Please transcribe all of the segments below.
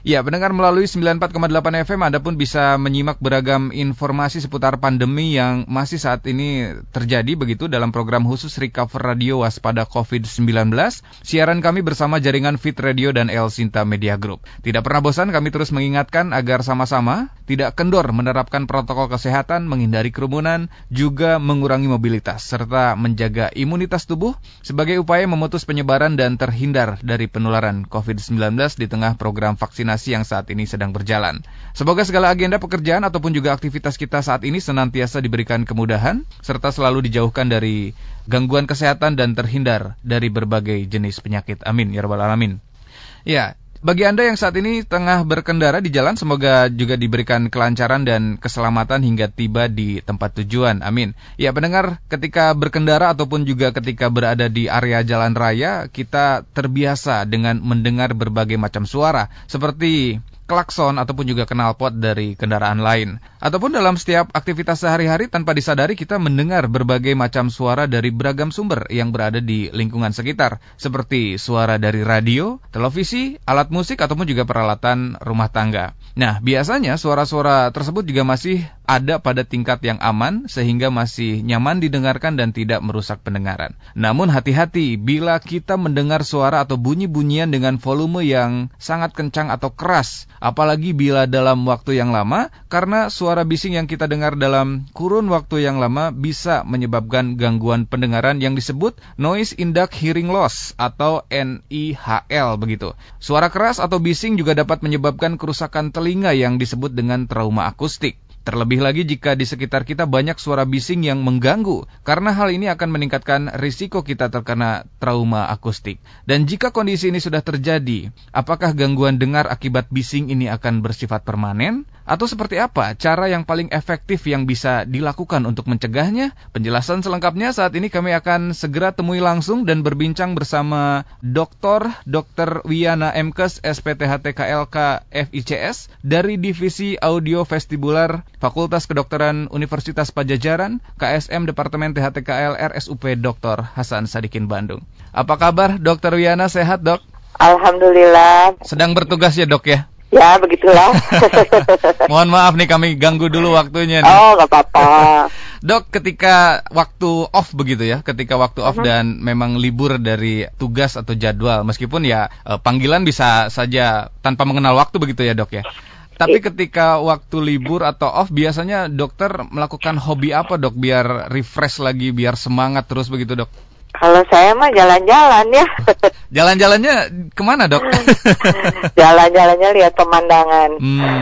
Ya, pendengar melalui 94,8 FM Anda pun bisa menyimak beragam informasi seputar pandemi yang masih saat ini terjadi begitu dalam program khusus Recover Radio Waspada COVID-19. Siaran kami bersama jaringan Fit Radio dan El Sinta Media Group. Tidak pernah bosan kami terus mengingatkan agar sama-sama tidak kendor menerapkan protokol kesehatan, menghindari kerumunan, juga mengurangi mobilitas, serta menjaga imunitas tubuh sebagai upaya memutus penyebaran dan terhindar dari penularan COVID-19 di tengah program vaksinasi yang saat ini sedang berjalan. Semoga segala agenda pekerjaan ataupun juga aktivitas kita saat ini senantiasa diberikan kemudahan, serta selalu dijauhkan dari gangguan kesehatan dan terhindar dari berbagai jenis penyakit. Amin, ya rabbal alamin. Ya, bagi Anda yang saat ini tengah berkendara di jalan, semoga juga diberikan kelancaran dan keselamatan hingga tiba di tempat tujuan. Amin. Ya, pendengar, ketika berkendara ataupun juga ketika berada di area jalan raya, kita terbiasa dengan mendengar berbagai macam suara, seperti klakson ataupun juga knalpot dari kendaraan lain. Ataupun dalam setiap aktivitas sehari-hari tanpa disadari kita mendengar berbagai macam suara dari beragam sumber yang berada di lingkungan sekitar, seperti suara dari radio, televisi, alat musik ataupun juga peralatan rumah tangga. Nah, biasanya suara-suara tersebut juga masih ada pada tingkat yang aman sehingga masih nyaman didengarkan dan tidak merusak pendengaran. Namun hati-hati bila kita mendengar suara atau bunyi-bunyian dengan volume yang sangat kencang atau keras, apalagi bila dalam waktu yang lama, karena suara bising yang kita dengar dalam kurun waktu yang lama bisa menyebabkan gangguan pendengaran yang disebut Noise Induced Hearing Loss atau NIHL begitu. Suara keras atau bising juga dapat menyebabkan kerusakan telinga yang disebut dengan trauma akustik. Terlebih lagi jika di sekitar kita banyak suara bising yang mengganggu, karena hal ini akan meningkatkan risiko kita terkena trauma akustik. Dan jika kondisi ini sudah terjadi, apakah gangguan dengar akibat bising ini akan bersifat permanen? Atau seperti apa cara yang paling efektif yang bisa dilakukan untuk mencegahnya? Penjelasan selengkapnya saat ini kami akan segera temui langsung dan berbincang bersama Dr. Wiana Mkes, SPTHTKLK FICS dari Divisi Audio Vestibular Fakultas Kedokteran Universitas Padjadjaran, KSM Departemen THTKL RSUP Dr. Hasan Sadikin Bandung. Apa kabar Dr. Wiana, sehat dok? Alhamdulillah. Sedang bertugas ya dok ya? Ya, begitulah. Mohon maaf nih kami ganggu dulu waktunya nih. Oh, gak apa-apa. Dok, ketika waktu off begitu ya, ketika waktu off dan memang libur dari tugas atau jadwal, meskipun ya panggilan bisa saja tanpa mengenal waktu begitu ya dok ya. Tapi ketika waktu libur atau off, biasanya dokter melakukan hobi apa dok, biar refresh lagi, biar semangat terus begitu dok? Kalau saya mah jalan-jalan ya. Jalan-jalannya kemana dok? Jalan-jalannya lihat pemandangan.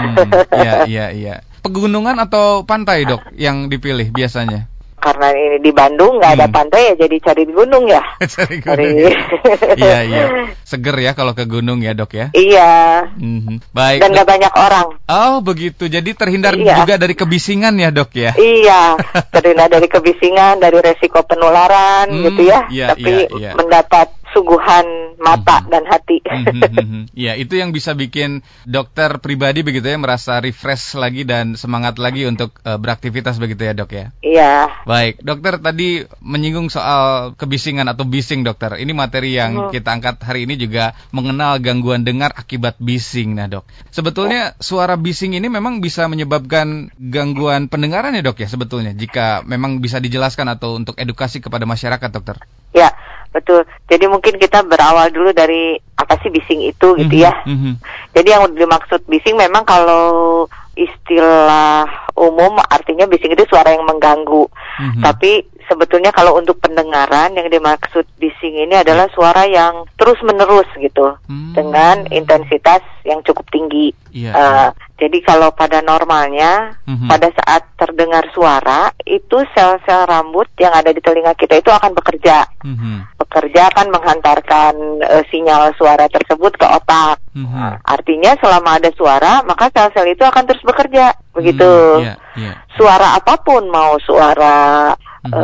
Iya. Pegunungan atau pantai dok yang dipilih biasanya? Karena ini di Bandung nggak ada pantai ya, jadi cari di gunung ya. Cari gunung. Iya. Seger ya kalau ke gunung ya dok ya. Iya. Baik. Dan nggak banyak orang. Oh begitu. Jadi terhindar juga dari kebisingan ya dok ya. Iya. Terhindar dari kebisingan, dari resiko penularan gitu ya. Tapi mendapat suguhan mata dan hati. Ya, itu yang bisa bikin dokter pribadi begitu ya, merasa refresh lagi dan semangat lagi untuk beraktivitas begitu ya dok ya. Iya. Baik, dokter tadi menyinggung soal kebisingan atau bising dokter. Ini materi yang kita angkat hari ini juga mengenal gangguan dengar akibat bising. Nah dok, sebetulnya suara bising ini memang bisa menyebabkan gangguan pendengaran ya dok ya sebetulnya, jika memang bisa dijelaskan atau untuk edukasi kepada masyarakat dokter. Ya, betul. Jadi mungkin kita berawal dulu dari apa sih bising itu gitu ya. Jadi yang dimaksud bising memang kalau istilah umum artinya bising itu suara yang mengganggu. Tapi sebetulnya kalau untuk pendengaran yang dimaksud bising ini adalah suara yang terus-menerus gitu dengan intensitas yang cukup tinggi. Jadi kalau pada normalnya pada saat terdengar suara itu sel-sel rambut yang ada di telinga kita itu akan bekerja. Bekerja akan menghantarkan sinyal suara tersebut ke otak. Artinya selama ada suara maka sel-sel itu akan terus bekerja begitu. Suara apapun, mau suara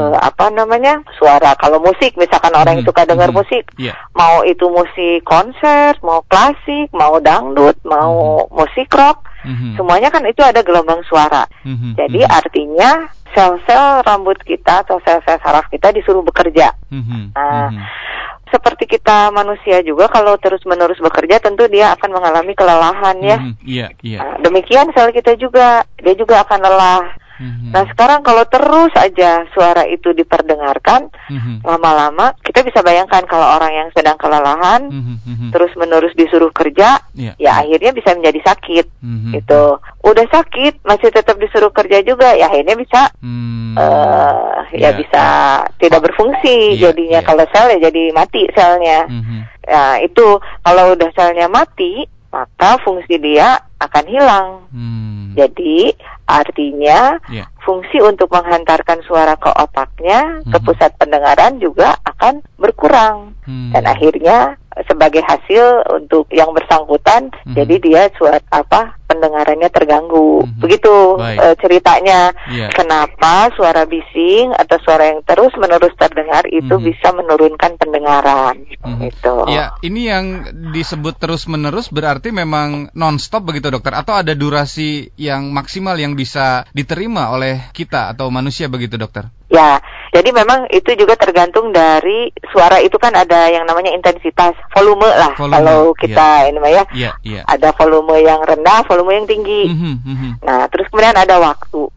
suara kalau musik, misalkan orang yang suka dengar musik, mau itu musik konser, mau klasik, mau dangdut, mau musik rock, semuanya kan itu ada gelombang suara. Jadi artinya sel-sel rambut kita atau sel-sel saraf kita disuruh bekerja. seperti kita manusia juga, kalau terus-menerus bekerja tentu dia akan mengalami kelelahan ya. Iya. Nah, demikian sel kita juga, dia juga akan lelah. Nah sekarang kalau terus aja suara itu diperdengarkan, lama-lama kita bisa bayangkan kalau orang yang sedang kelelahan, terus-menerus disuruh kerja, ya akhirnya bisa menjadi sakit. Gitu. Udah sakit, masih tetap disuruh kerja juga, ya akhirnya bisa bisa tidak berfungsi. Jadinya kalau sel ya jadi mati selnya. Ya itu kalau udah selnya mati, maka fungsi dia akan hilang. Jadi artinya fungsi untuk menghantarkan suara ke otaknya, ke pusat pendengaran juga akan berkurang. Dan akhirnya sebagai hasil untuk yang bersangkutan, jadi dia pendengarannya terganggu. Begitu ceritanya. Kenapa suara bising atau suara yang terus-menerus terdengar itu bisa menurunkan pendengaran. Gitu. Ya, ini yang disebut terus-menerus berarti memang non-stop begitu dokter, atau ada durasi yang maksimal yang bisa diterima oleh kita atau manusia begitu dokter? Ya, jadi memang itu juga tergantung dari suara itu kan ada yang namanya intensitas, volume lah. Kalau kita ini mah ya, ada volume yang rendah, volume yang tinggi. Nah, terus kemudian ada waktu.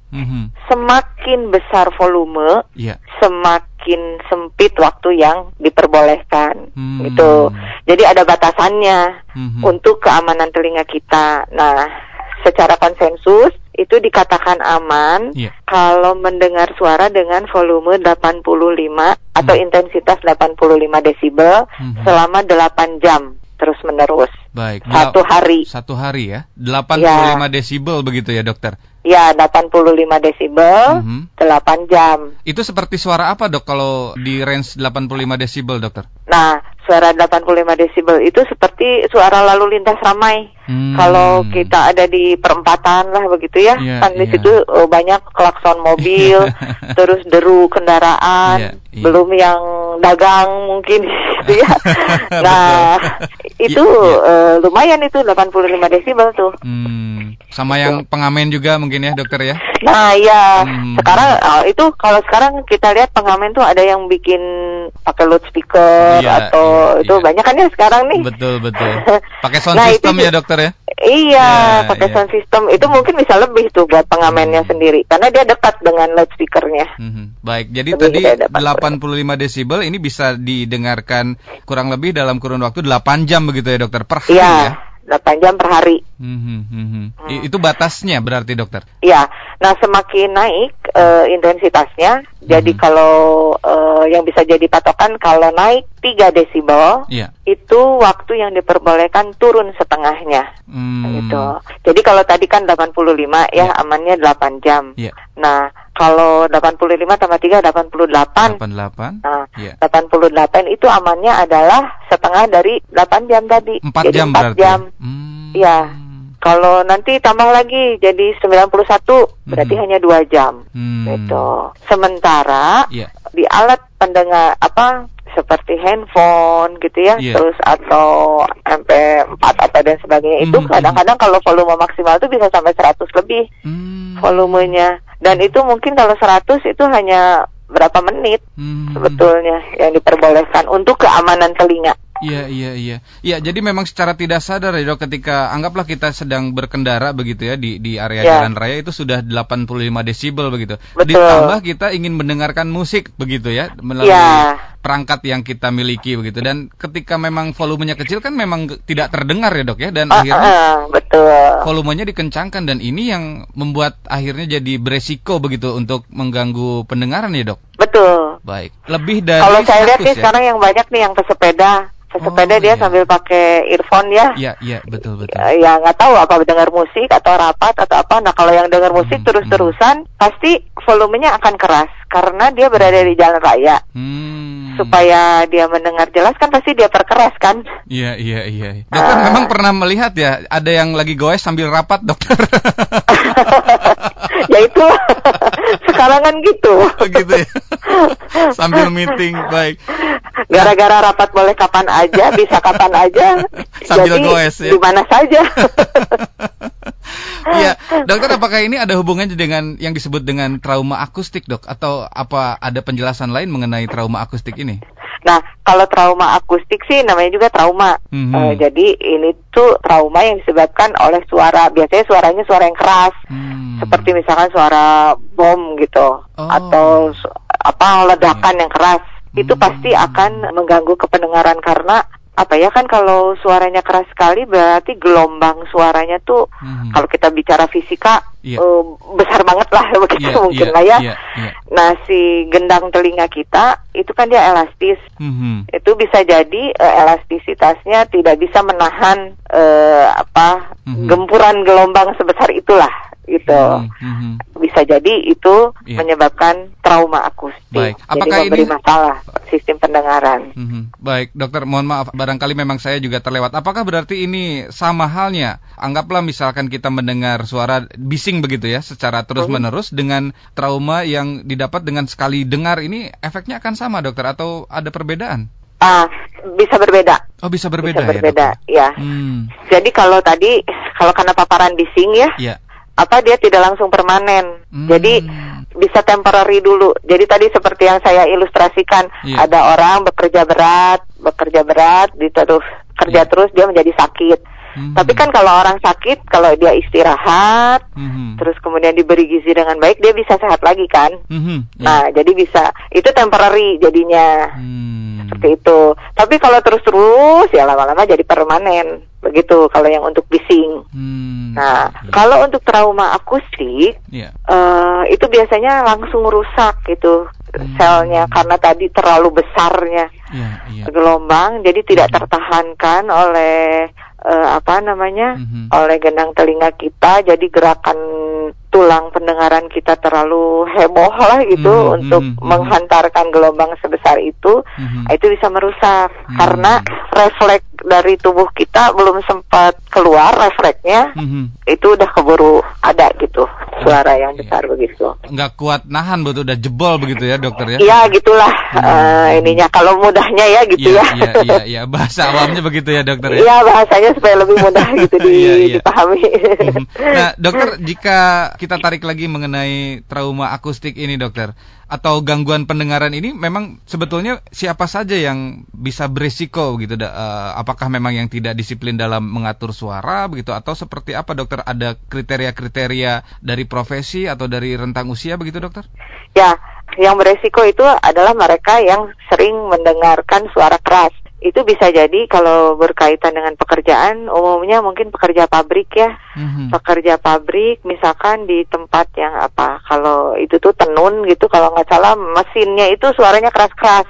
Semakin besar volume, semakin sempit waktu yang diperbolehkan. Gitu. Jadi ada batasannya untuk keamanan telinga kita. Nah, secara konsensus itu dikatakan aman kalau mendengar suara dengan volume 85 atau intensitas 85 desibel selama 8 jam terus-menerus. Baik. Satu hari ya. 85 desibel begitu ya dokter? Ya, 85 desibel 8 jam. Itu seperti suara apa dok kalau di range 85 desibel dokter? Nah, suara 85 desibel itu seperti suara lalu lintas ramai. Kalau kita ada di perempatan lah begitu ya, kan di situ banyak klakson mobil, terus deru kendaraan, belum yang dagang mungkin gitu ya. Nah, itu lumayan itu 85 desibel tuh. Sama yang pengamen juga mungkin ya dokter ya? Nah ya, sekarang itu kalau sekarang kita lihat pengamen tuh ada yang bikin pakai loudspeaker itu banyak kan ya sekarang nih. Betul. Pakai sound system ya dokter ya? Iya, pakai sound system itu mungkin bisa lebih tuh buat pengamennya sendiri karena dia dekat dengan loudspeakernya. Baik, jadi tadi 85 desibel ini bisa didengarkan kurang lebih dalam kurun waktu 8 jam begitu ya dokter per hari ya? 8 jam per hari. Itu batasnya berarti dokter? Iya, nah semakin naik intensitasnya, jadi kalau yang bisa jadi patokan kalau naik 3 desibel, itu waktu yang diperbolehkan turun setengahnya. Gitu. Jadi kalau tadi kan 85 amannya 8 jam. Nah, kalau 85 tambah 3 88. Nah, 88 itu amannya adalah setengah dari 8 jam tadi. 4 jadi jam 4 berarti. Jam. Iya. Kalau nanti tambah lagi jadi 91 berarti hanya 2 jam. Gitu. Sementara di alat pendengar seperti handphone gitu ya, terus atau MP4 atau dan sebagainya itu kadang-kadang kalau volume maksimal itu bisa sampai 100 lebih volumenya. Dan itu mungkin kalau 100 itu hanya berapa menit sebetulnya yang diperbolehkan untuk keamanan telinga. Iya. Ya, jadi memang secara tidak sadar ya dok, ketika anggaplah kita sedang berkendara begitu ya di area jalan raya itu sudah 85 desibel begitu. Betul. Ditambah kita ingin mendengarkan musik begitu ya melalui perangkat yang kita miliki begitu, dan ketika memang volumenya kecil kan memang tidak terdengar ya dok ya, dan akhirnya volumenya dikencangkan, dan ini yang membuat akhirnya jadi beresiko begitu untuk mengganggu pendengaran ya dok. Betul. Baik. Lebih dari kalau saya lihat nih sekarang yang banyak nih yang pesepeda dia sambil pakai earphone ya. Iya, betul. Ya nggak tahu apa dengar musik atau rapat atau apa. Nah kalau yang dengar musik terus-terusan pasti volumenya akan keras karena dia berada di jalan raya. Supaya dia mendengar jelas kan pasti dia perkeras kan. Iya. Dokter memang pernah melihat ya ada yang lagi goes sambil rapat dokter. Ya itu sekarang kan gitu. Gitu ya. Sambil meeting, baik. Gara-gara rapat boleh kapan aja, bisa kapan aja. Sambil jadi, goes ya. Di mana saja. Iya, dokter, apakah ini ada hubungannya dengan yang disebut dengan trauma akustik dok? Atau apa ada penjelasan lain mengenai trauma akustik ini? Nah, kalau trauma akustik sih namanya juga trauma. Jadi ini tuh trauma yang disebabkan oleh suara. Biasanya suaranya suara yang keras, seperti misalkan suara bom gitu, atau ledakan yang keras. Itu pasti akan mengganggu kependengaran karena kan kalau suaranya keras sekali berarti gelombang suaranya tuh kalau kita bicara fisika besar banget lah begitu mungkin lah ya. Nah, si gendang telinga kita itu kan dia elastis. Itu bisa jadi elastisitasnya tidak bisa menahan gempuran gelombang sebesar itulah gitu. Bisa jadi itu menyebabkan trauma akustik. Baik. Apakah jadi memberi masalah sistem pendengaran. Baik, dokter, mohon maaf barangkali memang saya juga terlewat. Apakah berarti ini sama halnya? Anggaplah misalkan kita mendengar suara bising begitu ya secara terus-menerus dengan trauma yang didapat dengan sekali dengar, ini efeknya akan sama, dokter, atau ada perbedaan? Bisa berbeda. Oh, bisa berbeda. Bisa berbeda, ya. Jadi kalau karena paparan bising ya. Dia tidak langsung permanen. Jadi bisa temporary dulu. Jadi tadi seperti yang saya ilustrasikan, ada orang bekerja berat, terus kerja terus dia menjadi sakit. Tapi kan kalau orang sakit, kalau dia istirahat, terus kemudian diberi gizi dengan baik, dia bisa sehat lagi kan. Nah, jadi bisa, itu temporary jadinya. Seperti itu. Tapi kalau terus-terus ya lama-lama jadi permanen. Begitu kalau yang untuk bising. Nah, kalau untuk trauma akustik, itu biasanya langsung rusak gitu selnya karena tadi terlalu besarnya gelombang, jadi tidak tertahankan oleh oleh gendang telinga kita, jadi gerakan tulang pendengaran kita terlalu heboh lah gitu untuk menghantarkan gelombang sebesar itu. Itu bisa merusak karena refleks dari tubuh kita belum sempat keluar refleksnya, itu udah keburu ada gitu suara yang besar begitu. Nggak kuat nahan, betul, udah jebol begitu ya, dokter ya? Iya, gitulah ininya kalau mudahnya ya gitu ya. Iya, bahasa awamnya begitu ya, dokter ya? Iya, bahasanya supaya lebih mudah gitu dipahami. Nah, dokter, jika kita tarik lagi mengenai trauma akustik ini, dokter, atau gangguan pendengaran ini, memang sebetulnya siapa saja yang bisa berisiko gitu? Apakah memang yang tidak disiplin dalam mengatur suara begitu, atau seperti apa, dokter? Ada kriteria-kriteria dari profesi atau dari rentang usia begitu, dokter? Ya, yang berisiko itu adalah mereka yang sering mendengarkan suara keras. Itu bisa jadi kalau berkaitan dengan pekerjaan, umumnya mungkin pekerja pabrik ya. Pekerja pabrik misalkan di tempat yang kalau itu tuh tenun gitu, kalau nggak salah mesinnya itu suaranya keras-keras.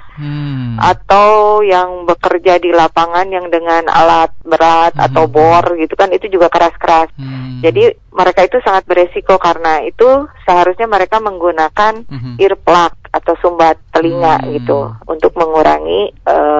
Atau yang bekerja di lapangan yang dengan alat berat atau bor gitu kan, itu juga keras-keras. Jadi mereka itu sangat beresiko, karena itu seharusnya mereka menggunakan earplug atau sumbat telinga gitu untuk mengurangi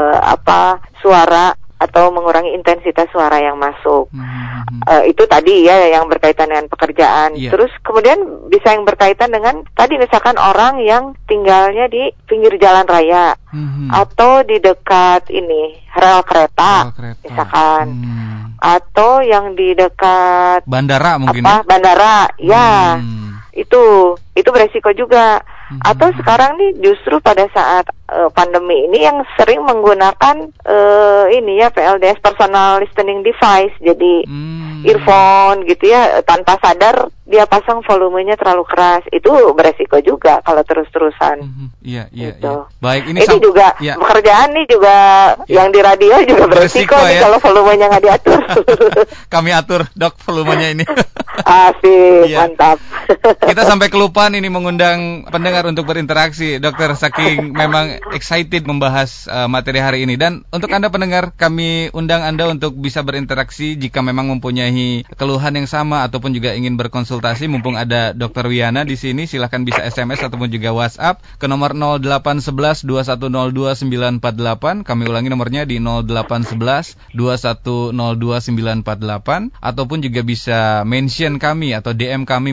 suara atau mengurangi intensitas suara yang masuk. Itu tadi ya yang berkaitan dengan pekerjaan. Terus kemudian bisa yang berkaitan dengan tadi misalkan orang yang tinggalnya di pinggir jalan raya atau di dekat rel kereta misalkan. Atau yang di dekat bandara mungkin bandara ya. Itu beresiko juga. Atau sekarang nih justru pada saat pandemi ini yang sering menggunakan PLDS, personal listening device, jadi earphone gitu ya, tanpa sadar dia pasang volumenya terlalu keras, itu beresiko juga kalau terus-terusan. Iya. Baik, ini juga pekerjaan nih juga yang di radio juga beresiko nih kalau volumenya nggak diatur. Kami atur, Dok, volumenya ini. Asik, mantap. Kita sampai kelupaan ini mengundang pendengar untuk berinteraksi, dokter, saking memang excited membahas materi hari ini. Dan untuk Anda pendengar, kami undang Anda untuk bisa berinteraksi jika memang mempunyai keluhan yang sama ataupun juga ingin berkonsultasi. Mumpung ada Dr. Wiyana di sini, silahkan bisa SMS ataupun juga WhatsApp ke nomor 0811 2102 948. Kami ulangi nomornya di 0811 2102 948, ataupun juga bisa mention kami atau DM kami melalui akun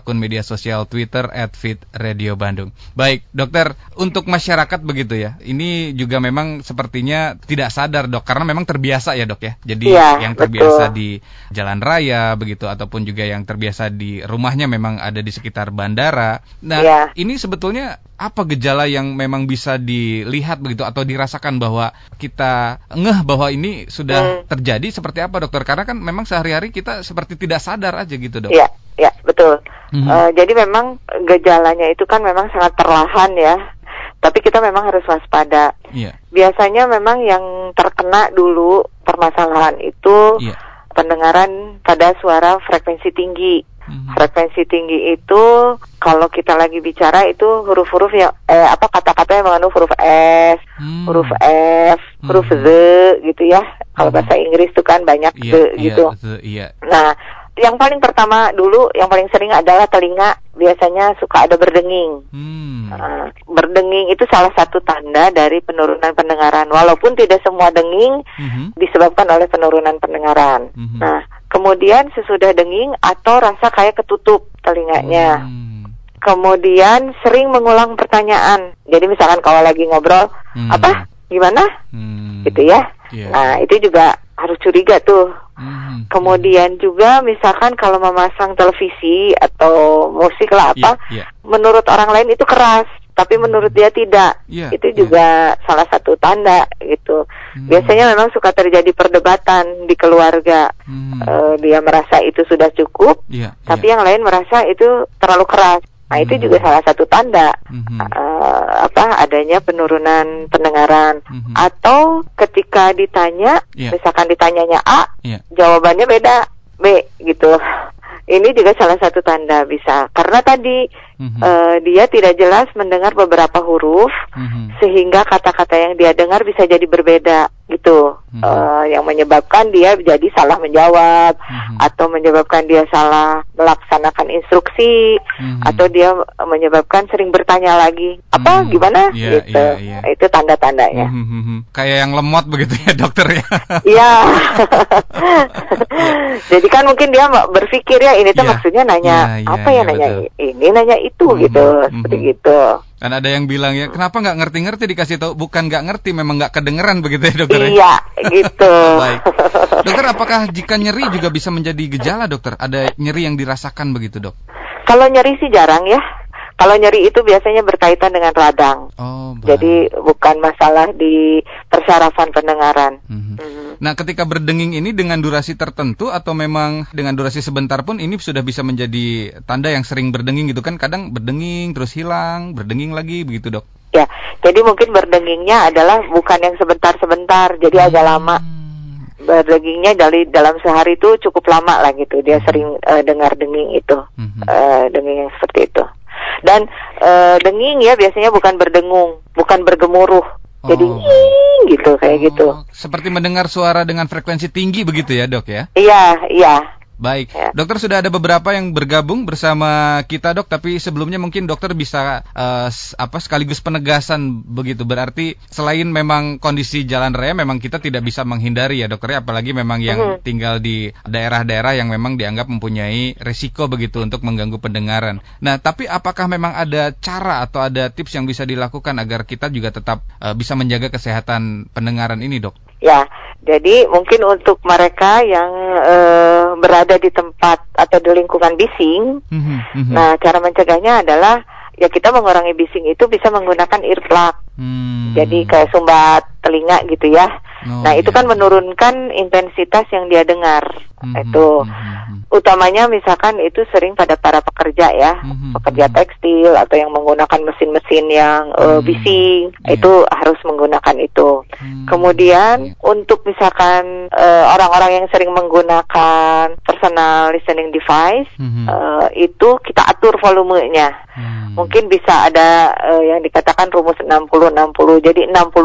akun media sosial Twitter @fitradio_bandung. Baik, dokter, untuk masyarakat begitu ya, ini juga memang sepertinya tidak sadar dok, karena memang terbiasa ya dok ya. Jadi yang terbiasa di jalan raya begitu, ataupun juga yang terbiasa di rumahnya memang ada di sekitar bandara. Nah, ini sebetulnya apa gejala yang memang bisa dilihat begitu atau dirasakan bahwa kita ngeh bahwa ini sudah terjadi seperti apa dokter? Karena kan memang sehari-hari kita seperti tidak sadar aja gitu dok. Iya, betul. Jadi memang gejalanya itu kan memang sangat perlahan ya. Tapi kita memang harus waspada. Biasanya memang yang terkena dulu permasalahan itu pendengaran pada suara frekuensi tinggi. Frekuensi tinggi itu kalau kita lagi bicara itu huruf-huruf yang kata-kata yang mengandung huruf S, huruf F, huruf Z gitu ya. Kalau bahasa Inggris itu kan banyak Z gitu. Nah, yang paling pertama dulu, yang paling sering adalah telinga biasanya suka ada berdenging. Berdenging itu salah satu tanda dari penurunan pendengaran. Walaupun tidak semua denging disebabkan oleh penurunan pendengaran. Nah, kemudian sesudah denging atau rasa kayak ketutup telinganya. Kemudian sering mengulang pertanyaan. Jadi misalkan kalau lagi ngobrol, apa? Gimana? Gitu ya. Nah, itu juga harus curiga tuh. Kemudian juga misalkan kalau memasang televisi atau musik lah menurut orang lain itu keras, tapi menurut dia tidak. Itu juga salah satu tanda gitu. Biasanya memang suka terjadi perdebatan di keluarga. Dia merasa itu sudah cukup, tapi yang lain merasa itu terlalu keras. Nah, itu juga salah satu tanda adanya penurunan pendengaran. Atau ketika ditanya, misalkan ditanyanya A, jawabannya beda B gitu. Ini juga salah satu tanda bisa. Karena tadi dia tidak jelas mendengar beberapa huruf, sehingga kata-kata yang dia dengar bisa jadi berbeda gitu. Yang menyebabkan dia jadi salah menjawab, atau menyebabkan dia salah melaksanakan instruksi, atau dia menyebabkan sering bertanya lagi, apa gimana gitu. Itu tanda-tandanya. Kayak yang lemot begitu ya dokter ya. Iya. Jadi kan mungkin dia berpikir ya ini tuh maksudnya nanya nanya ini nanya itu gitu, seperti gitu. Dan ada yang bilang ya, kenapa nggak ngerti-ngerti dikasih tahu? Bukan nggak ngerti, memang nggak kedengeran begitu ya dokter? Iya, gitu. Baik. Dokter, apakah jika nyeri juga bisa menjadi gejala dokter? Ada nyeri yang dirasakan begitu dok? Kalau nyeri sih jarang ya. Kalau nyeri itu biasanya berkaitan dengan radang. Jadi bukan masalah di persarafan pendengaran. Nah, ketika berdenging ini dengan durasi tertentu atau memang dengan durasi sebentar pun ini sudah bisa menjadi tanda yang sering berdenging gitu kan? Kadang berdenging terus hilang, berdenging lagi begitu dok? Ya, jadi mungkin berdengingnya adalah bukan yang sebentar-sebentar, jadi agak lama. Berdengingnya dalam sehari itu cukup lama lah gitu. Dia sering dengar denging itu, denging yang seperti itu. Dan denging ya biasanya bukan berdengung, bukan bergemuruh. Jadi gitu, kayak gitu. Seperti mendengar suara dengan frekuensi tinggi begitu ya dok ya? Iya. Baik, dokter sudah ada beberapa yang bergabung bersama kita dok, tapi sebelumnya mungkin dokter bisa sekaligus penegasan begitu. Berarti selain memang kondisi jalan raya memang kita tidak bisa menghindari ya dokter, apalagi memang yang tinggal di daerah-daerah yang memang dianggap mempunyai risiko begitu untuk mengganggu pendengaran. Nah, tapi apakah memang ada cara atau ada tips yang bisa dilakukan agar kita juga tetap bisa menjaga kesehatan pendengaran ini dok? Ya, jadi mungkin untuk mereka yang berada di tempat atau di lingkungan bising, nah cara mencegahnya adalah ya kita mengurangi bising itu bisa menggunakan earplug. Jadi kayak sumbat telinga gitu ya. Nah itu kan menurunkan intensitas yang dia dengar. Itu utamanya misalkan itu sering pada para pekerja ya, pekerja tekstil atau yang menggunakan mesin-mesin yang bising, itu harus menggunakan itu. Kemudian untuk misalkan orang-orang yang sering menggunakan personal listening device, itu kita atur volumenya. Mungkin bisa ada yang dikatakan rumus 60-60, jadi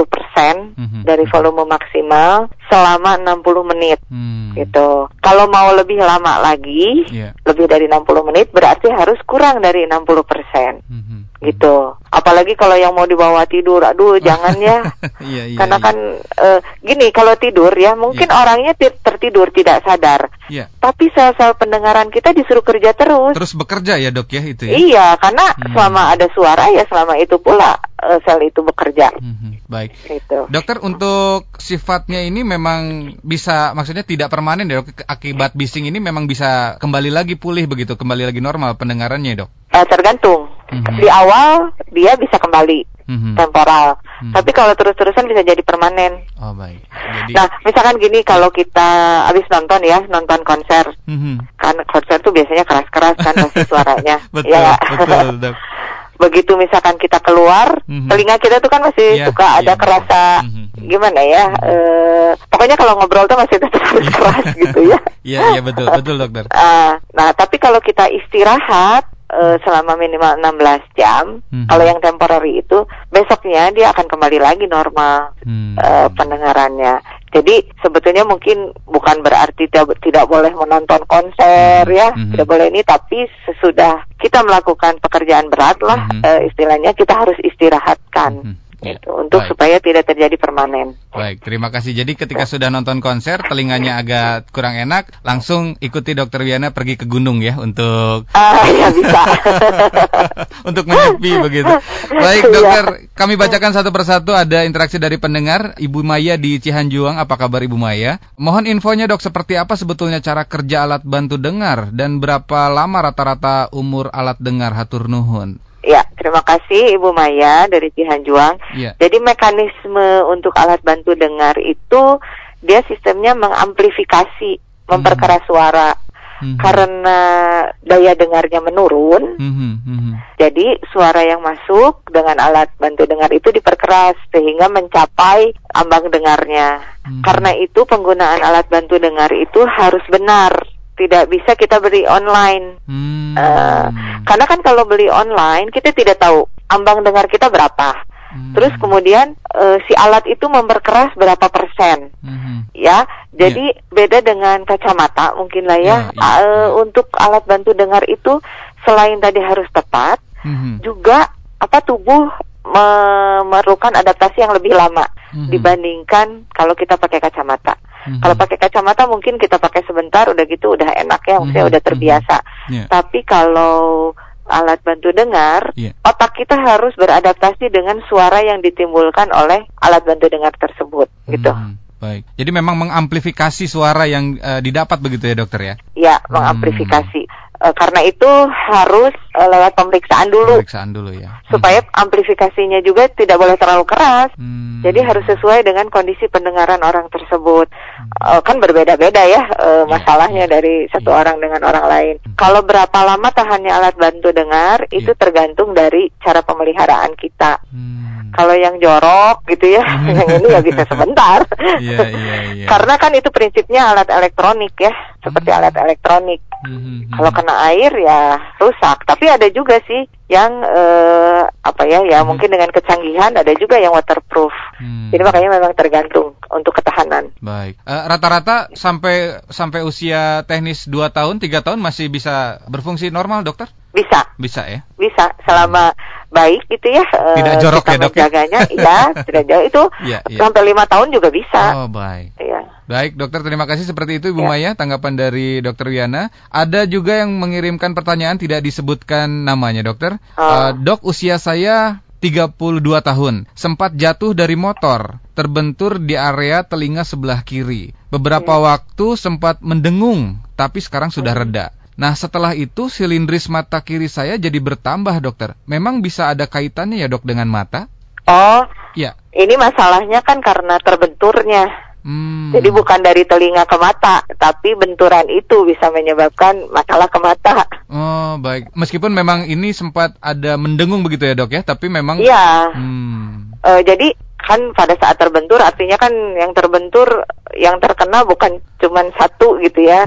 60% dari volume maksimal selama 60 menit gitu. Kalau mau lebih lama lagi, lebih dari 60 menit berarti harus kurang dari 60%. gitu. Apalagi kalau yang mau dibawa tidur, aduh jangan ya. Karena kan gini, kalau tidur ya mungkin orangnya tertidur tidak sadar. Tapi sel-sel pendengaran kita disuruh kerja terus. Terus bekerja ya dok ya itu ya? Iya, karena selama ada suara ya selama itu pula sel itu bekerja. Baik. Gitu. Dokter, untuk sifatnya ini memang bisa, maksudnya tidak permanen ya dok? Akibat bising ini memang bisa kembali lagi pulih begitu, kembali lagi normal pendengarannya dok? Tergantung. Di awal dia bisa kembali temporal, tapi kalau terus-terusan bisa jadi permanen. Oh baik. Jadi... Nah, misalkan gini, kalau kita habis nonton konser, kan konser tuh biasanya keras-keras kan pasti suaranya. Betul, ya. Betul, dok. Begitu misalkan kita keluar, telinga kita tuh kan masih suka ada kerasa gimana ya? Pokoknya kalau ngobrol tuh masih tetap harus keras gitu ya. Iya betul dokter. Nah, tapi kalau kita istirahat selama minimal 16 jam, kalau yang temporary itu besoknya dia akan kembali lagi normal pendengarannya. Jadi sebetulnya mungkin bukan berarti tidak boleh menonton konser ya, tidak boleh ini, tapi sesudah kita melakukan pekerjaan berat lah, istilahnya kita harus istirahatkan. Itu untuk supaya tidak terjadi permanen. Baik, terima kasih. Jadi ketika sudah nonton konser, telinganya agak kurang enak, langsung ikuti Dokter Wiana pergi ke gunung ya untuk ya bisa. untuk menyepi begitu. Baik dokter, kami bacakan satu persatu, ada interaksi dari pendengar. Ibu Maya di Cihanjuang, apa kabar Ibu Maya? Mohon infonya dok, seperti apa sebetulnya cara kerja alat bantu dengar dan berapa lama rata-rata umur alat dengar? Hatur nuhun. Ya, terima kasih Ibu Maya dari Cihanjuang. Jadi mekanisme untuk alat bantu dengar itu dia sistemnya mengamplifikasi, memperkeras suara. Karena daya dengarnya menurun, jadi suara yang masuk dengan alat bantu dengar itu diperkeras sehingga mencapai ambang dengarnya. Karena itu penggunaan alat bantu dengar itu harus benar. Tidak bisa kita beli online. Karena kan kalau beli online kita tidak tahu ambang dengar kita berapa. Terus kemudian si alat itu memperkeras berapa persen. Ya, jadi beda dengan kacamata mungkin lah ya. Untuk alat bantu dengar itu selain tadi harus tepat, juga tubuh memerlukan adaptasi yang lebih lama dibandingkan kalau kita pakai kacamata. Kalau pakai kacamata mungkin kita pakai sebentar, udah gitu udah enak ya, maksudnya udah terbiasa. Tapi kalau alat bantu dengar, otak kita harus beradaptasi dengan suara yang ditimbulkan oleh alat bantu dengar tersebut, gitu. Baik. Jadi memang mengamplifikasi suara yang didapat begitu ya dokter ya? Ya, mengamplifikasi. Karena itu harus lewat pemeriksaan dulu. Ya. Supaya amplifikasinya juga tidak boleh terlalu keras. Jadi harus sesuai dengan kondisi pendengaran orang tersebut. Kan berbeda-beda ya masalahnya dari satu orang dengan orang lain. Kalau berapa lama tahannya alat bantu dengar itu tergantung dari cara pemeliharaan kita. Kalau yang jorok gitu ya, yang ini ya bisa sebentar. Karena kan itu prinsipnya alat elektronik ya, seperti alat elektronik. Kalau kena air ya rusak. Tapi ada juga sih yang mungkin dengan kecanggihan ada juga yang waterproof. Jadi makanya memang tergantung untuk ketahanan. Baik. Rata-rata sampai usia teknis 2 tahun, 3 tahun masih bisa berfungsi normal, dokter? Bisa ya? Bisa, selama baik gitu ya. Tidak jorok ya dok? Menjaganya, tidak jorok itu sampai 5 tahun juga bisa. Oh baik. Baik dokter, terima kasih seperti itu Ibu Maya, tanggapan dari Dokter Wiana. Ada juga yang mengirimkan pertanyaan tidak disebutkan namanya dokter. Dok, usia saya 32 tahun, sempat jatuh dari motor, terbentur di area telinga sebelah kiri. Beberapa waktu sempat mendengung, tapi sekarang sudah reda. Nah setelah itu silindris mata kiri saya jadi bertambah dokter. Memang bisa ada kaitannya ya dok dengan mata? Ini masalahnya kan karena terbenturnya. Jadi bukan dari telinga ke mata, tapi benturan itu bisa menyebabkan masalah ke mata. Oh baik, meskipun memang ini sempat ada mendengung begitu ya dok ya, tapi memang jadi kan pada saat terbentur artinya kan yang terbentur, yang terkena bukan cuman satu gitu ya.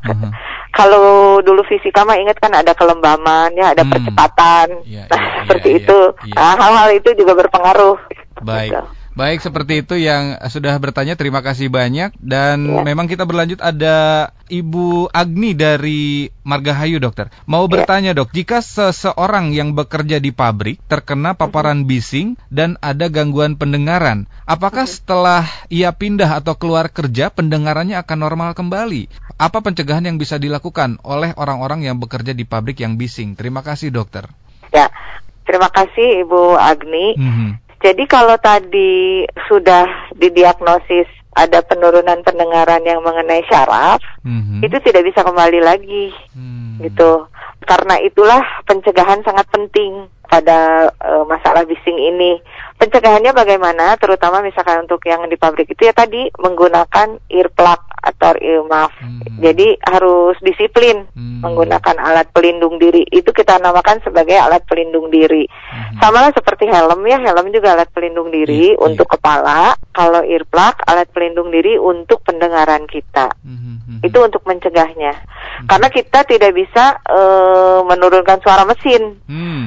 Kalau dulu fisika mah ingat kan ada kelembaman ya, ada percepatan. Seperti itu. Hal-hal itu juga berpengaruh. Baik. Baik, seperti itu yang sudah bertanya. Terima kasih banyak. Dan memang kita berlanjut, ada Ibu Agni dari Margahayu, dokter. Mau bertanya, dok, jika seseorang yang bekerja di pabrik terkena paparan bising dan ada gangguan pendengaran, apakah setelah ia pindah atau keluar kerja pendengarannya akan normal kembali? Apa pencegahan yang bisa dilakukan oleh orang-orang yang bekerja di pabrik yang bising? Terima kasih, dokter. Ya, terima kasih Ibu Agni. Jadi kalau tadi sudah didiagnosis ada penurunan pendengaran yang mengenai syaraf, itu tidak bisa kembali lagi, gitu. Karena itulah pencegahan sangat penting pada masalah bising ini. Pencegahannya bagaimana? Terutama misalkan untuk yang di pabrik itu ya tadi menggunakan earplug atau earmuff. Jadi harus disiplin menggunakan alat pelindung diri. Itu kita namakan sebagai alat pelindung diri. Sama lah seperti helm ya, helm juga alat pelindung diri untuk kepala. Kalau earplug alat pelindung diri untuk pendengaran kita. Itu untuk mencegahnya. Karena kita tidak bisa menurunkan suara mesin.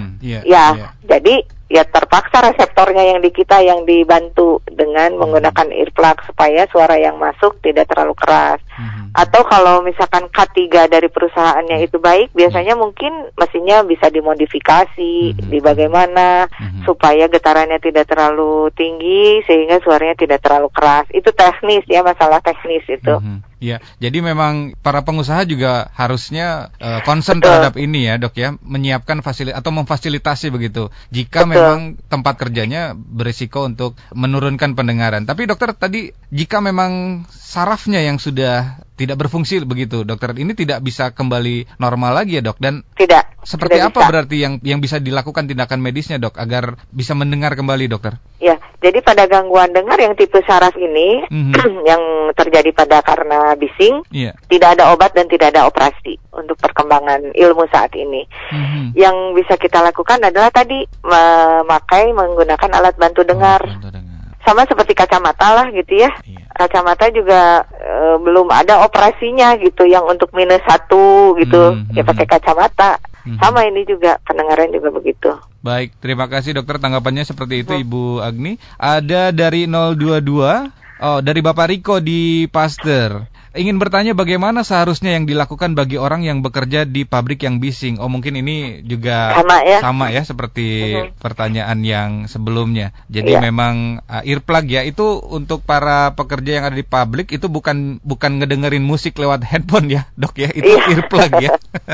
Jadi ya terpaksa reseptornya yang di kita yang dibantu dengan menggunakan earplug supaya suara yang masuk tidak terlalu keras. Atau kalau misalkan K3 dari perusahaannya itu baik, biasanya mungkin mesinnya bisa dimodifikasi di bagaimana supaya getarannya tidak terlalu tinggi sehingga suaranya tidak terlalu keras. Itu teknis ya, masalah teknis itu. Ya, jadi memang para pengusaha juga harusnya concern terhadap ini ya, dok ya, menyiapkan fasilitas atau memfasilitasi begitu. Jika memang tempat kerjanya berisiko untuk menurunkan pendengaran. Tapi dokter tadi, jika memang sarafnya yang sudah tidak berfungsi begitu, dokter, ini tidak bisa kembali normal lagi ya, dok? Dan seperti apa berarti yang bisa dilakukan tindakan medisnya, dok, agar bisa mendengar kembali, dokter? Ya, jadi pada gangguan dengar yang tipe saraf ini yang terjadi karena bising, tidak ada obat dan tidak ada operasi untuk perkembangan ilmu saat ini. Yang bisa kita lakukan adalah tadi menggunakan alat bantu dengar. Sama seperti kacamata lah gitu ya. Kacamata juga belum ada operasinya gitu yang untuk -1 gitu. Ya pakai kacamata. Sama ini juga pendengaran juga begitu. Baik, terima kasih dokter, tanggapannya seperti itu Ibu Agni. Ada dari 022, dari Bapak Riko di Pasteur. Ingin bertanya bagaimana seharusnya yang dilakukan bagi orang yang bekerja di pabrik yang bising. Mungkin ini juga sama ya seperti pertanyaan yang sebelumnya. Jadi memang earplug ya, itu untuk para pekerja yang ada di pabrik itu bukan ngedengerin musik lewat handphone ya, dok ya. Itu earplug ya.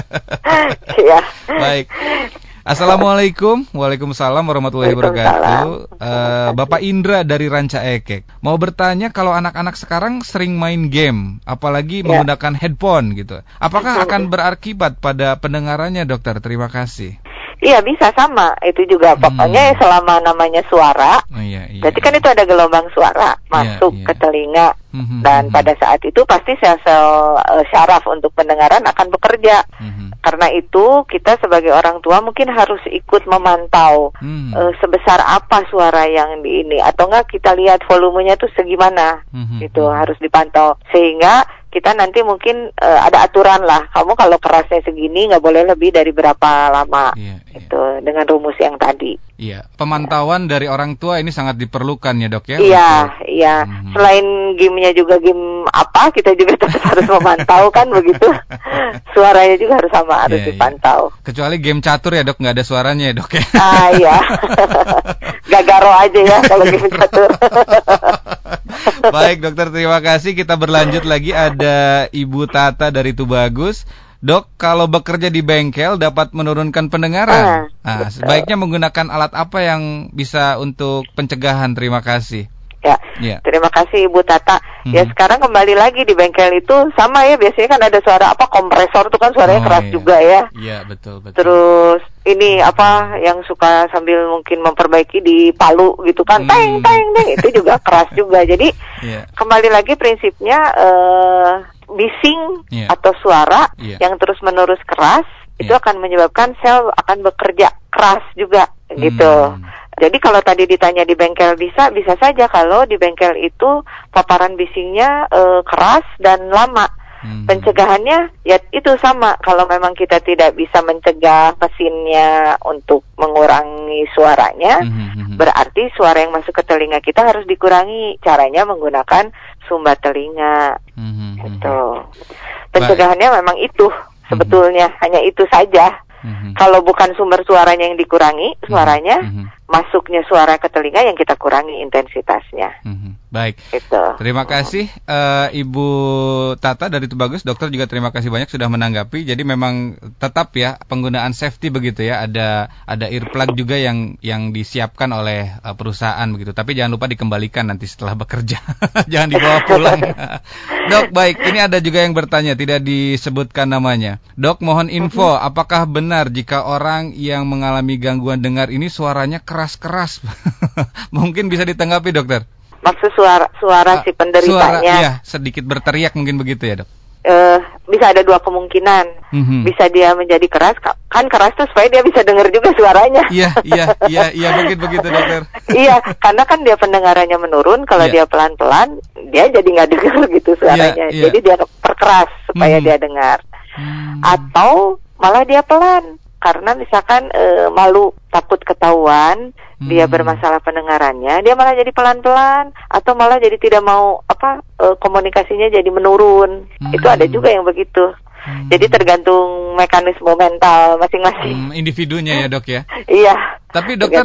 Baik. Assalamualaikum. Waalaikumsalam warahmatullahi wabarakatuh. Bapak Indra dari Ranca Ekek. Mau bertanya, kalau anak-anak sekarang sering main game, apalagi menggunakan headphone gitu, apakah akan berakibat pada pendengarannya, dokter? Terima kasih. Iya, bisa sama. Itu juga pokoknya selama namanya suara. Berarti kan itu ada gelombang suara masuk ke telinga. Dan pada saat itu pasti sel-sel syaraf untuk pendengaran akan bekerja. Karena itu kita sebagai orang tua mungkin harus ikut memantau sebesar apa suara yang di ini, atau enggak kita lihat volumenya tuh segimana. Itu harus dipantau sehingga kita nanti mungkin ada aturan lah. Kamu kalau kerasnya segini nggak boleh lebih dari berapa lama. Itu dengan rumus yang tadi. Iya, pemantauan dari orang tua ini sangat diperlukan ya, dok ya. Iya. Selain gamenya juga game apa, kita juga tetap harus memantau kan begitu. Suaranya juga harus sama, harus dipantau. Kecuali game catur ya, dok, nggak ada suaranya ya, dok ya. Iya. Gagaro aja ya kalau game catur. Baik dokter, terima kasih. Kita berlanjut lagi, ada Ibu Tata dari Tubagus. Dok, kalau bekerja di bengkel dapat menurunkan pendengaran. Sebaiknya menggunakan alat apa yang bisa untuk pencegahan? Terima kasih. Terima kasih Ibu Tata. Ya sekarang kembali lagi di bengkel itu sama ya, biasanya kan ada suara kompresor tuh kan suaranya keras juga ya. Iya, betul. Terus ini yang suka sambil mungkin memperbaiki di palu gitu kan, teng itu juga keras juga. Jadi kembali lagi prinsipnya bising atau suara yang terus menerus keras itu akan menyebabkan sel akan bekerja keras juga gitu. Jadi kalau tadi ditanya di bengkel bisa saja kalau di bengkel itu paparan bisingnya keras dan lama. Pencegahannya ya itu sama. Kalau memang kita tidak bisa mencegah mesinnya untuk mengurangi suaranya, berarti suara yang masuk ke telinga kita harus dikurangi. Caranya menggunakan sumbat telinga. Gitu. Pencegahannya memang itu sebetulnya, hanya itu saja. Kalau bukan sumber suaranya yang dikurangi, suaranya masuknya suara ke telinga yang kita kurangi intensitasnya. Baik. Gitu. Terima kasih Ibu Tata dari Tubagus. Dokter juga terima kasih banyak sudah menanggapi. Jadi memang tetap ya penggunaan safety begitu ya. Ada earplug juga yang disiapkan oleh perusahaan begitu. Tapi jangan lupa dikembalikan nanti setelah bekerja. Jangan dibawa pulang. Dok, baik. Ini ada juga yang bertanya, tidak disebutkan namanya. Dok, mohon info, apakah benar jika orang yang mengalami gangguan dengar ini suaranya keras-keras? Mungkin bisa ditanggapi, dokter. Maksud suara si penderitanya? Suara, iya, sedikit berteriak mungkin begitu ya, dok? Bisa ada dua kemungkinan. Bisa dia menjadi keras, kan keras tuh supaya dia bisa dengar juga suaranya. Iya, mungkin begitu, dokter. Iya, karena kan dia pendengarannya menurun. Kalau dia pelan-pelan, dia jadi nggak dengar gitu suaranya. Jadi dia perkeras supaya dia dengar. Atau malah dia pelan, karena misalkan malu, takut ketahuan, dia bermasalah pendengarannya, dia malah jadi pelan-pelan, atau malah jadi tidak mau komunikasinya jadi menurun. Itu ada juga yang begitu. Jadi tergantung mekanisme mental masing-masing. Individunya ya, dok ya. Iya. Tapi dokter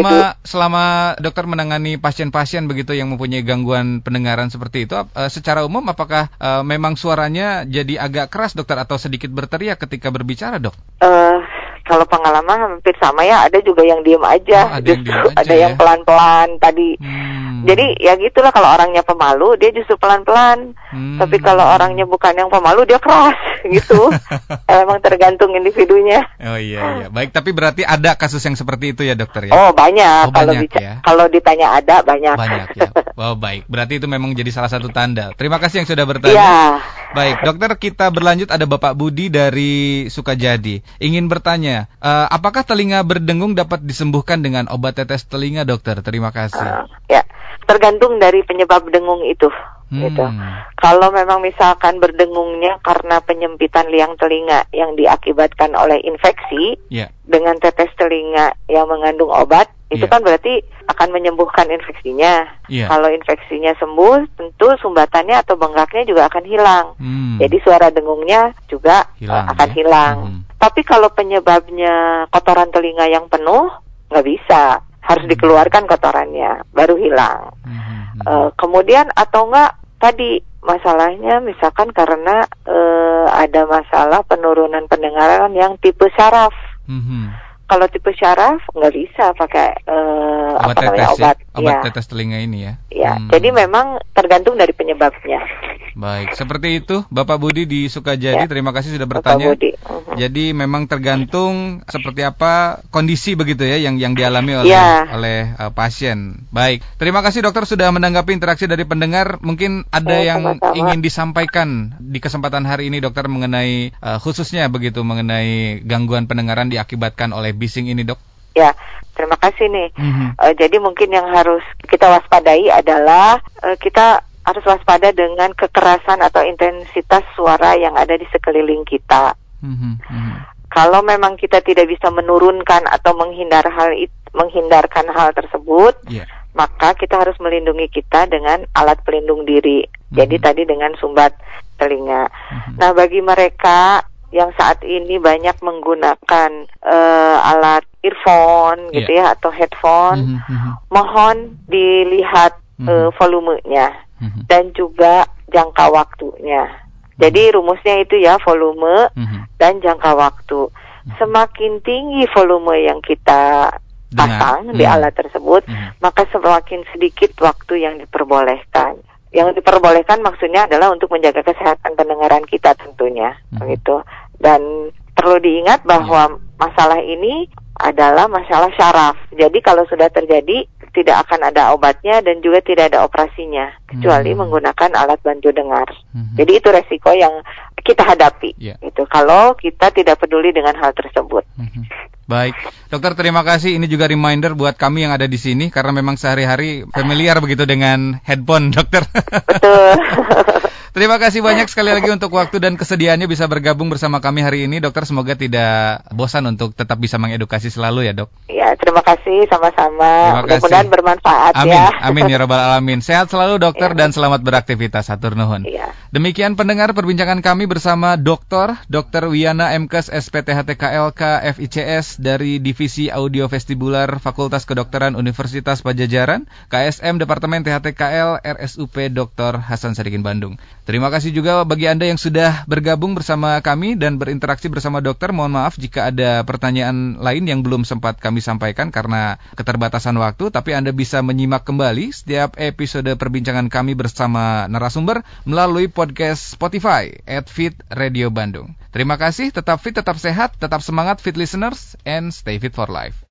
selama dokter menangani pasien-pasien begitu yang mempunyai gangguan pendengaran seperti itu, secara umum apakah memang suaranya jadi agak keras, dokter, atau sedikit berteriak ketika berbicara, dok? Kalau pengalaman hampir sama ya, ada juga yang diem aja, ada yang pelan-pelan tadi. Jadi ya gitulah, kalau orangnya pemalu dia justru pelan-pelan. Tapi kalau orangnya bukan yang pemalu dia keras gitu. Emang tergantung individunya. Oh iya. Baik, tapi berarti ada kasus yang seperti itu ya, dokter ya? Oh banyak. Ya? Kalau ditanya ada banyak. Banyak ya. Wow, baik. Berarti itu memang jadi salah satu tanda. Terima kasih yang sudah bertanya. Ya. Baik, dokter, kita berlanjut. Ada Bapak Budi dari Sukajadi. Ingin bertanya, apakah telinga berdengung dapat disembuhkan dengan obat tetes telinga, dokter? Terima kasih. Ya, tergantung dari penyebab dengung itu. Gitu. Kalau memang misalkan berdengungnya karena penyempitan liang telinga yang diakibatkan oleh infeksi, dengan tetes telinga yang mengandung obat, itu kan berarti akan menyembuhkan infeksinya. Kalau infeksinya sembuh, tentu sumbatannya atau bengkaknya juga akan hilang. Jadi suara dengungnya juga akan hilang. Tapi kalau penyebabnya kotoran telinga yang penuh, nggak bisa. Harus dikeluarkan kotorannya, baru hilang. Kemudian atau enggak, tadi masalahnya misalkan karena ada masalah penurunan pendengaran yang tipe syaraf. Kalau tipe syaraf nggak bisa pakai obat tetes telinga ini ya. Ya, jadi memang tergantung dari penyebabnya. Baik, seperti itu Bapak Budi di Sukajadi. Terima kasih sudah bertanya. Bapak Budi. Jadi memang tergantung seperti apa kondisi begitu ya yang dialami oleh pasien. Baik, terima kasih dokter sudah menanggapi interaksi dari pendengar. Mungkin ada yang ingin disampaikan di kesempatan hari ini, dokter, mengenai khususnya begitu mengenai gangguan pendengaran diakibatkan oleh bising ini, dok. Ya, terima kasih nih. Jadi mungkin yang harus kita waspadai adalah kita harus waspada dengan kekerasan atau intensitas suara yang ada di sekeliling kita. Kalau memang kita tidak bisa menurunkan atau menghindarkan hal tersebut, maka kita harus melindungi kita dengan alat pelindung diri. Jadi tadi dengan sumbat telinga. Nah, bagi mereka yang saat ini banyak menggunakan alat earphone gitu ya, atau headphone, mohon dilihat volumenya dan juga jangka waktunya. Jadi rumusnya itu ya, volume dan jangka waktu. Semakin tinggi volume yang kita pasang di alat tersebut, maka semakin sedikit waktu yang diperbolehkan. Yang diperbolehkan maksudnya adalah untuk menjaga kesehatan pendengaran kita tentunya, begitu. Dan perlu diingat bahwa masalah ini adalah masalah syaraf. Jadi kalau sudah terjadi, tidak akan ada obatnya dan juga tidak ada operasinya, kecuali menggunakan alat bantu dengar. Jadi itu resiko yang kita hadapi, gitu. Kalau kita tidak peduli dengan hal tersebut. Baik, dokter terima kasih. Ini juga reminder buat kami yang ada di sini karena memang sehari-hari familiar begitu dengan headphone, dokter. Betul. Terima kasih banyak sekali lagi untuk waktu dan kesediaannya bisa bergabung bersama kami hari ini, dokter. Semoga tidak bosan untuk tetap bisa mengedukasi selalu ya, dok. Ya, terima kasih sama-sama. Mudah-mudahan bermanfaat. Amin, ya. Amin ya rabbal alamin. Sehat selalu dokter dan selamat beraktivitas. Hatur nuhun. Ya. Demikian pendengar perbincangan kami bersama Dr. Wiana MKes SPTHTKLK FICS dari Divisi Audio Vestibular Fakultas Kedokteran Universitas Padjadjaran, KSM Departemen THTKL RSUP Dr. Hasan Sadikin Bandung. Terima kasih juga bagi Anda yang sudah bergabung bersama kami dan berinteraksi bersama dokter. Mohon maaf jika ada pertanyaan lain yang belum sempat kami sampaikan karena keterbatasan waktu, tapi Anda bisa menyimak kembali setiap episode perbincangan kami bersama narasumber melalui podcast Spotify @Fit Radio Bandung. Terima kasih, tetap fit, tetap sehat, tetap semangat Fit Listeners, and stay fit for life.